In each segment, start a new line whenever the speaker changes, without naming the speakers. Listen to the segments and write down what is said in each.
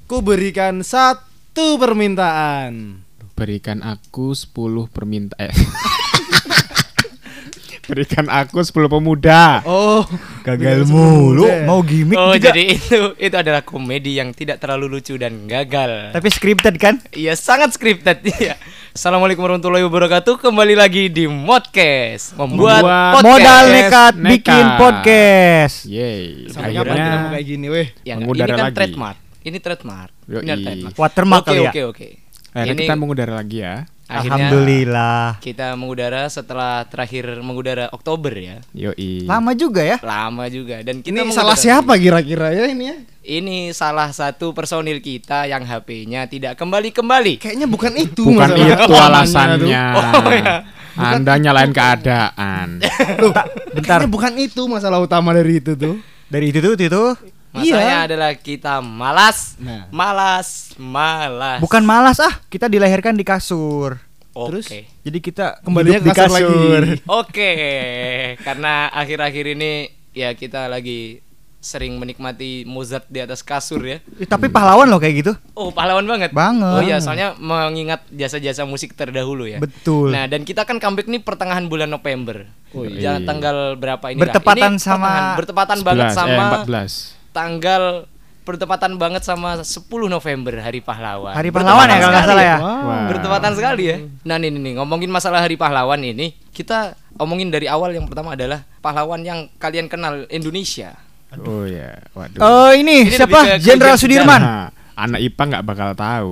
Ku berikan 1 permintaan.
Berikan aku 10 permintaan. Berikan aku 10 pemuda.
Oh,
Gagal mulu, mau gimmick
Oh,
juga.
jadi itu adalah komedi yang tidak terlalu lucu dan gagal.
Tapi scripted kan?
Iya, sangat scripted. Iya. Assalamualaikum warahmatullahi wabarakatuh. Kembali lagi di Modcast, membuat podcast.
Modal nekat
Nekat.
bikin podcast.
Yeay.
sampai kapan kita mau
Akhirnya
kayak gini weh?
Ya,
mengudara
ini kan
lagi.
trademark. Ini trademark.
Yoi.
Ini ada trademark.
Watermark
Oke,
kali ya.
oke.
akhirnya
Ini
kita mengudara lagi ya.
akhirnya
Alhamdulillah.
kita mengudara setelah terakhir mengudara Oktober ya.
Yoi.
Lama juga ya.
Lama juga dan kita
Ini
mengudara
salah
lagi.
siapa kira-kira ya ini ya?
Ini salah satu personil kita yang HP-nya tidak kembali-kembali.
Kayaknya bukan itu
Bukan
masalah
itu
utamanya
alasannya.
tuh.
Oh, ya.
Anda nyalain keadaan.
Loh,
Bentar.
kayaknya bukan itu masalah utama dari itu tuh.
Dari itu tuh.
Masalahnya adalah kita malas,
Nah.
malas.
Bukan malas kita dilahirkan di kasur.
Oke.
Terus?
Jadi kita
Kembalinya
hidup di
ke kasur lagi.
Oke, karena akhir-akhir ini ya kita lagi sering menikmati Mozart di atas kasur ya.
Tapi pahlawan loh kayak gitu.
Oh, pahlawan banget.
Banget.
Oh iya, soalnya mengingat jasa-jasa musik terdahulu ya.
Betul.
Nah, dan kita kan comeback nih pertengahan bulan November.
Oh
iya.
Tanggal berapa ini?
Bertepatan sama-
bertepatan banget
11,
sama
14.
tanggal bertepatan banget sama 10 November Hari Pahlawan.
Hari pahlawan ya
Bertepatan
kalau nggak
sekali
salah ya.
Wah.
Bertepatan sekali ya. Nah nih ngomongin masalah Hari Pahlawan ini, kita omongin dari awal. Yang pertama adalah pahlawan yang kalian kenal Indonesia.
Oh ya, waduh.
Ini
Ini
siapa?
lebih ke
Jenderal
kegiatan
Sudirman.
Nah, anak IPA nggak bakal tahu.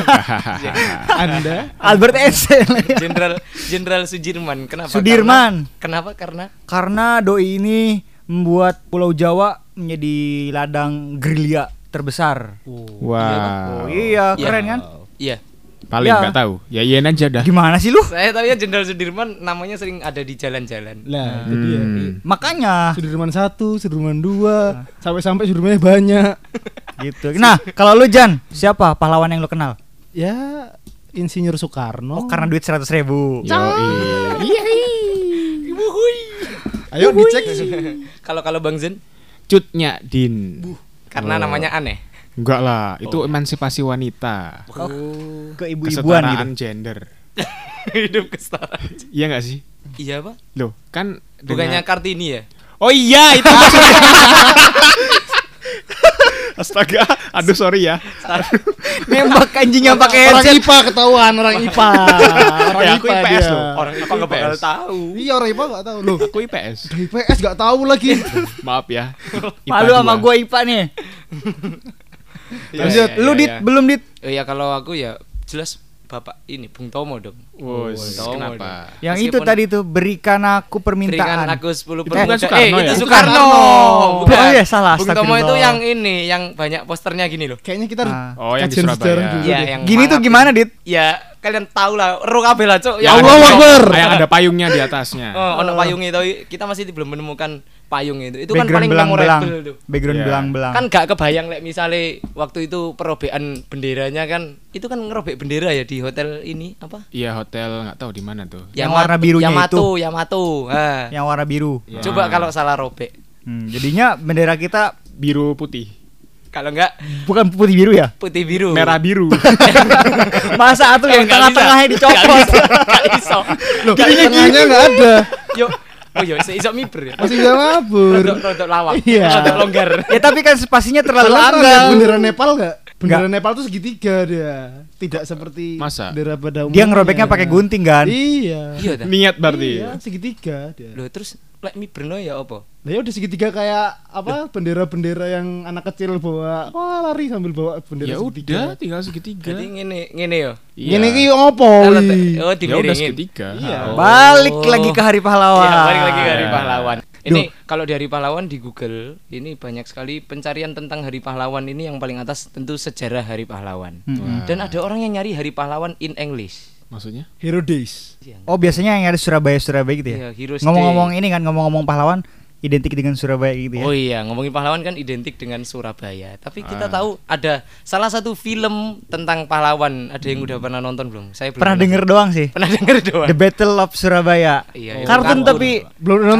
Anda
Albert Einstein.
Jenderal Sudirman. Kenapa?
Sudirman.
Kenapa?
Karena doi ini membuat Pulau Jawa menjadi ladang gerilya terbesar.
Wow.
Iya, keren kan?
Iya.
Paling
Ya.
nggak tahu. Ya iyain aja dah.
Gimana sih lu?
Saya tahu ya Jenderal Sudirman namanya sering ada di jalan-jalan.
lah, itu dia.
Makanya
Sudirman 1, Sudirman 2, sampai Sudirmannya banyak.
gitu. Nah, kalau lu Jan, siapa pahlawan yang lu kenal?
Ya, Insinyur Soekarno.
Oh, karena duit 100.000.
Yoi.
Ayo dicek.
Kalau Bang Zen
Cutnya Din.
karena
Oh.
namanya aneh.
Enggak lah, itu emansipasi wanita.
Ke ibu-ibuan gitu.
Kesetaraan gender.
Hidup kesetaraan.
Iya nggak sih?
Iya, Pak.
Loh, kan
Bukannya
dengan-
Kartini ya?
Oh iya, itu maksudnya. Astaga, aduh sorry ya.
Nembak anjing yang pakai
Orang
headset.
IPA ketahuan, orang IPA. Orang
Ya, aku
IPA
IPS
dia.
loh.
Orang apa nggak bakal tahu.
Iya, orang IPA enggak tahu loh.
Aku IPS.
Dari IPS enggak tahu lagi.
Maaf ya.
Malu sama gua IPA nih.
Lanjut.
Lu Dit, belum Dit?
Ya kalau aku ya jelas Bapak ini Bung Tomo dong.
Wos,
Tomo
kenapa?
dong.
Yang itu
Meskipun
tadi tuh berikan aku
berikan
permintaan.
aku 10
Itu bukan
permintaan.
Soekarno
Itu
ya?
Soekarno.
Bukan. Oh iya, salah,
Bung Tomo
astagfirullah.
itu yang ini, yang banyak posternya gini loh.
Kayaknya kita harus
Ah.
Oh, yang di
kajian
Surabaya.
sejarah dulu
Iya,
deh.
yang
Gini tuh
mangap
gimana
ini.
Dit?
Ya kalian tahu lah, ro kabeh lah, Cuk.
Yang
Allahu
ada-
Akbar.
Yang ada payungnya di atasnya.
Oh, ono payungnya itu kita masih belum menemukan payung itu. Itu kan
Background
paling
belang-belang.
memorable tuh.
Background
Iya.
belang-belang.
Kan gak kebayang lek misalnya waktu itu perobekan benderanya kan itu kan ngerobek bendera ya di hotel ini apa?
Iya, hotel nggak tahu di mana tuh.
Yang warna birunya
Yamato. Nah.
Yang warna biru.
Ya.
Coba kalau salah robek.
Jadinya bendera kita
Biru putih.
Kalau enggak
bukan putih biru ya?
putih biru.
Merah biru.
Masa atuh yang
Nggak bisa.
tengah-tengahnya dicopot.
Enggak iso.
Loh, tengahnya enggak ada.
Yo. Oh yo, iso miber ya.
Masih bisa mabur.
Rodok lawak.
Iya.
Rodok longgar.
Ya tapi kan spasinya terlalu
Soalnya kan
anggal.
bendera Nepal enggak? Bendera Nepal tuh segitiga dia. Tidak seperti
Masa?
bendera pada umumnya.
Dia ngerobeknya pakai gunting kan?
Iya.
Iya dah.
Niat berarti.
Iya, segitiga dia.
Loh terus lek miberno ya apa?
Lah ya udah segitiga kayak apa bendera-bendera yang anak kecil bawa. Wah, lari sambil bawa bendera
Ya
segitiga.
udah, tinggal segitiga.
Jadi ngene yo.
Ini ki opo?
Oh,
wi?
Ya udah
dimiringin.
segitiga.
Iya.
Oh.
Balik lagi ke Hari Pahlawan.
Iya, balik lagi ke Hari
Ya.
Pahlawan. Ini kalau di Hari Pahlawan di Google ini banyak sekali pencarian tentang Hari Pahlawan ini yang paling atas tentu sejarah Hari Pahlawan. Dan ada orang yang nyari Hari Pahlawan in English.
Maksudnya?
Hero Days.
Oh biasanya yang ada Surabaya gitu
Iya,
ya?
Heroes
Ngomong-ngomong
Day.
ini kan, ngomong-ngomong pahlawan identik dengan Surabaya gitu ya?
Oh iya, ngomongin pahlawan kan identik dengan Surabaya. Tapi kita tahu ada salah satu film tentang pahlawan. Ada yang udah pernah nonton belum? Saya belum.
Pernah denger doang sih.
Pernah denger doang.
The Battle of Surabaya.
Iya, itu
Kartun tapi
Belum nonton.
Kartun.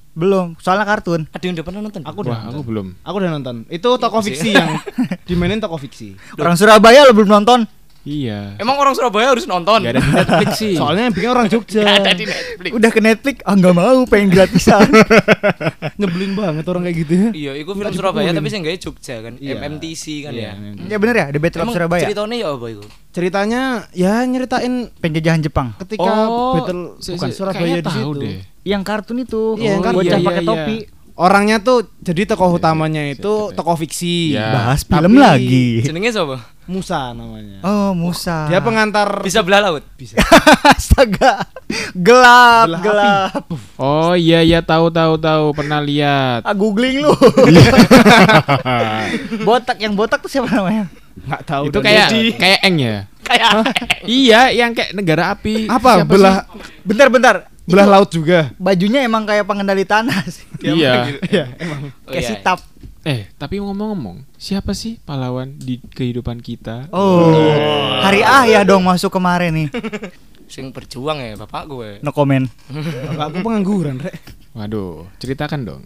Belum, soalnya kartun.
Ada yang udah pernah nonton?
Aku udah
Wah, aku
nonton.
belum.
Aku udah nonton. Itu tokoh fiksi yang dimainin tokoh fiksi.
Orang Surabaya lo belum nonton?
Iya.
Emang orang Surabaya harus nonton?
Gak ada di Netflix sih.
Soalnya yang bikin orang Jogja.
Nggak ada di Netflix.
Udah ke Netflix, nggak mau, pengen gratisan.
Nyebelin banget orang kayak gitu ya.
Iya, itu film
Minta
Surabaya
dipukulin.
tapi sing gawe Jogja kan,
Iya.
MMTC kan
Iya,
ya.
Ya bener ya, The Battle of
Emang
Surabaya.
ceritanya ya apa itu?
Ceritanya ya nyeritain
Penjajahan Jepang.
ketika battle bukan Surabaya di
tahu
situ.
deh.
Yang kartun itu,
Iya, yang kartun.
bocah
Iya,
pakai
iya,
topi.
Orangnya tuh jadi tokoh utamanya itu
Siapa ya?
tokoh fiksi.
Ya.
Bahas
Tapi-
film lagi.
Jenenge siapa?
Musa namanya.
Oh, Musa.
Dia pengantar
Bisa belah laut.
bisa.
Astaga. Gelap,
Belah
gelap.
Oh iya iya tahu pernah lihat.
Ah, googling lu. Botak, yang botak tuh siapa namanya?
Enggak tahu.
Itu
dan
kayak
dia-
kayak Eng ya.
Kayak
Iya, yang kayak negara api.
apa?
Siapa
Belah
Bentar.
belah laut juga.
Bajunya emang kayak pengendali tanah sih.
sih? Iya.
Iya, emang.
Oh,
Kayak
iya.
sitap.
Tapi ngomong-ngomong, siapa sih pahlawan di kehidupan kita?
Oh. Hari ya dong masuk kemarin nih.
Sing berjuang ya bapak gue.
No comment.
Aku pengangguran, Rek.
Waduh, ceritakan dong.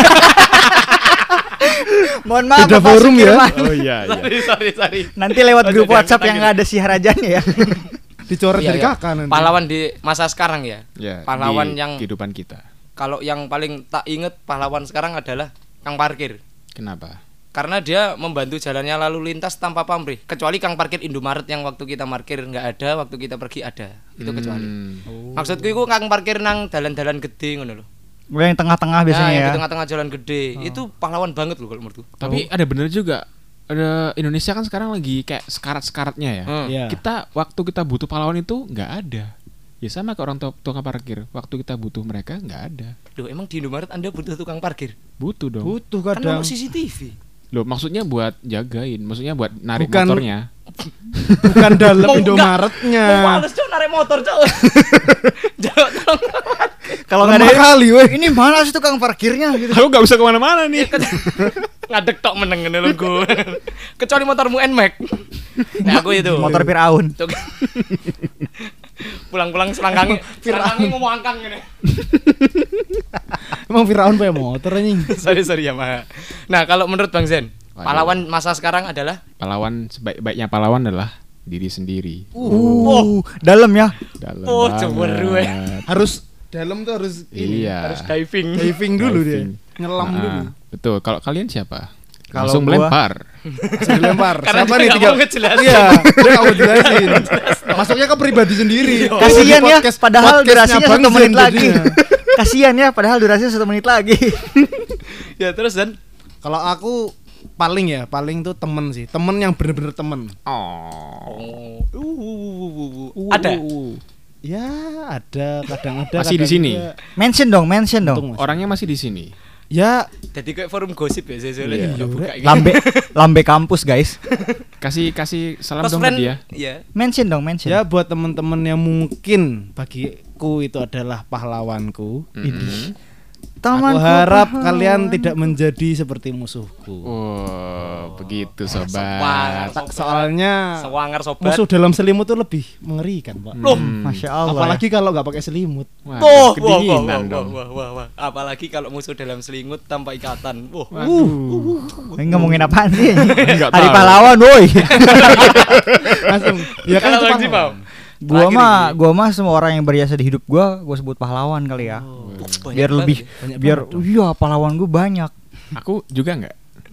Mohon maaf
Beda
Bapak
forum ya.
Sukirman.
Oh iya
Sorry.
Nanti lewat
Oh,
grup
jadi
WhatsApp
angkat
yang
lagi.
nggak ada si Harajannya ya.
Dicoret
Iya,
dari
iya.
kakak nanti.
Pahlawan di masa sekarang ya.
Ya,
Pahlawan
di
yang
kehidupan kita.
kalau yang paling tak inget pahlawan sekarang adalah Kang Parkir.
Kenapa?
Karena dia membantu jalannya lalu lintas tanpa pamrih. Kecuali Kang Parkir Indomaret yang waktu kita parkir nggak ada, waktu kita pergi ada. Itu kecuali. Maksudku itu Kang Parkir nang dalan-dalan gede ngono lho.
Gue yang tengah-tengah biasanya
yang
ya.
di tengah-tengah jalan gede. Itu pahlawan banget loh kalau menurutku.
Tapi ada bener juga. Ada Indonesia kan sekarang lagi kayak sekarat-sekaratnya ya.
Iya.
Kita waktu kita butuh pahlawan itu nggak ada. Ya sama kayak orang tukang parkir. Waktu kita butuh mereka nggak ada.
Duh, emang di Indomaret Anda butuh tukang parkir?
Butuh dong.
Butuh
Kan
kadang.
ono CCTV.
Loh, maksudnya buat jagain, maksudnya buat narik
Bukan-
motornya.
Bukan dalam
Mau
Indomaretnya.
Mau males cok narik motor cok. Jawab tolong.
Kalau nggak
Lemah
ada
kali, weh.
ini mana sih tukang parkirnya gitu.
Aku nggak bisa kemana-mana nih.
Ngadek tok meneng ngene lho gue. Kecuali motormu NMAX. Nah aku itu.
Motor Firaun.
Cok. Pulang-pulang selangkangi ngomong angkang ngene.
Emang Firaun punya motor anjing.
Sorry ya, Ma. Nah, kalau menurut Bang Zen,
Waduh.
pahlawan masa sekarang adalah
Pahlawan sebaik-baiknya pahlawan adalah diri sendiri.
Dalam ya.
Dalam
Oh,
banget.
ceweru,
Harus dalam tuh harus ini.
Iya.
harus diving.
Diving dulu dia.
Diving.
Nyelam
Ah,
dulu.
Betul. Kalau kalian siapa?
Kalau
Langsung
gua-
melempar.
Langsung dilempar.
Karena
Siapa
dia
nih
nggak
tiga?
mau ngejelasin.
Iya, dia nggak mau jelasin. Masuknya ke pribadi sendiri.
Kasihan ya, padahal
Podcastnya
durasinya
Bang
1 menit
Zen
lagi.
jadinya.
Kasihan ya, padahal durasinya 1 menit lagi.
Ya, terus Zen.
Kalau aku paling tuh temen sih, temen yang bener-bener temen.
Oh.
Ada.
Ya ada, kadang ada.
Masih di
kadang
sini?
enggak.
Mention dong.
Untung masih.
Orangnya masih di sini.
Ya
Jadi kayak forum gosip ya saya
Iya.
buka gitu.
Lambe kampus guys.
Kasih salam
Close
dong
friend,
ke dia.
Iya.
Mention dong, mention.
ya buat temen-temen yang mungkin bagiku itu adalah pahlawanku. Aku harap kalian tidak menjadi seperti musuhku.
Oh, begitu
Semangat.
sobat.
Soalnya
Sewangar sobat.
musuh dalam selimut tuh lebih mengerikan, Pak.
Loh,
Masya Allah.
Apalagi kalau nggak pakai selimut.
Wah,
Wah,
kedinginan dong.
wah. Apalagi kalau musuh dalam selimut tanpa ikatan. Wah.
Ini ngomongin apaan sih?
Nggak
Hari
tahu.
pahlawan, woi.
Langsung. Ya kan
Kalau
itu
Bang Jim,
pahlawan.
Gua mah semua orang yang berjasa di hidup gua sebut pahlawan kali ya.
Banyak
Biar
banget
lebih
ya.
biar iya pahlawan gua banyak.
Aku juga enggak.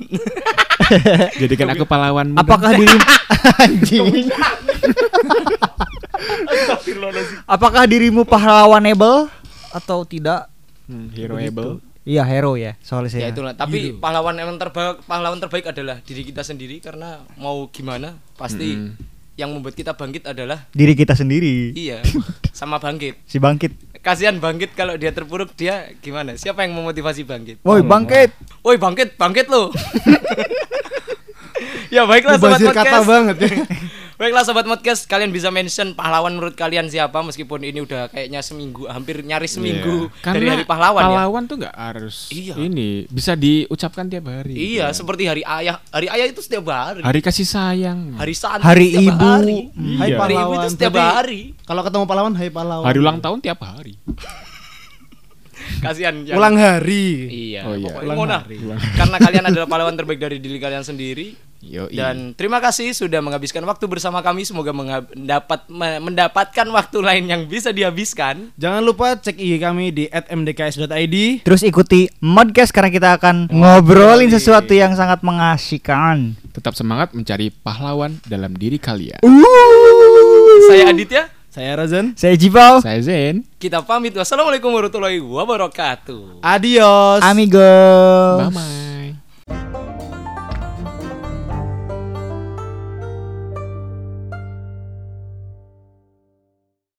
Jadikan aku pahlawan.
Apakah dirimu anjing? Apakah dirimu pahlawanable atau tidak?
heroable?
Iya, hero ya, soalnya
Ya
saya.
itulah, tapi pahlawan terbaik adalah diri kita sendiri karena mau gimana pasti yang membuat kita bangkit adalah
Diri kita sendiri.
iya sama bangkit.
Si bangkit.
Kasihan bangkit kalau dia terpuruk dia gimana? Siapa yang memotivasi bangkit?
Woi, bangkit.
Woi bangkit lo. Ya baiklah sobat
Mubazir kata
podcast.
banget ya.
Baiklah sobat podcast, kalian bisa mention pahlawan menurut kalian siapa meskipun ini udah kayaknya seminggu, hampir nyaris seminggu
Iya.
dari
Karena
hari pahlawan ya.
Pahlawan tuh nggak harus
Iya.
ini bisa diucapkan tiap hari.
Iya,
gitu.
seperti hari ayah. Hari ayah itu setiap hari.
Hari kasih sayang.
Hari santri
Hari
setiap
ibu.
hari.
Iya.
Hai
Hari ibu itu
pahlawan.
setiap
Berarti
hari.
Kalau ketemu pahlawan, hai pahlawan.
Hari ulang tahun tiap hari.
Kasihan yang
Ulang hari.
Iya,
Oh, iya.
pokoknya
Ulang
ngono.
hari.
Karena kalian adalah pahlawan terbaik dari diri kalian sendiri.
Yoi.
Dan terima kasih sudah menghabiskan waktu bersama kami. Semoga mendapatkan waktu lain yang bisa dihabiskan.
Jangan lupa cek IG kami di @mdks.id.
Terus ikuti Modcast karena kita akan ngobrolin sesuatu yang sangat mengasihkan.
Tetap semangat mencari pahlawan dalam diri kalian.
Saya Aditya.
Saya Razan.
Saya Jibau.
Saya Zen.
Kita pamit. Wassalamualaikum warahmatullahi wabarakatuh.
Adios.
Amigo.
Bye-bye.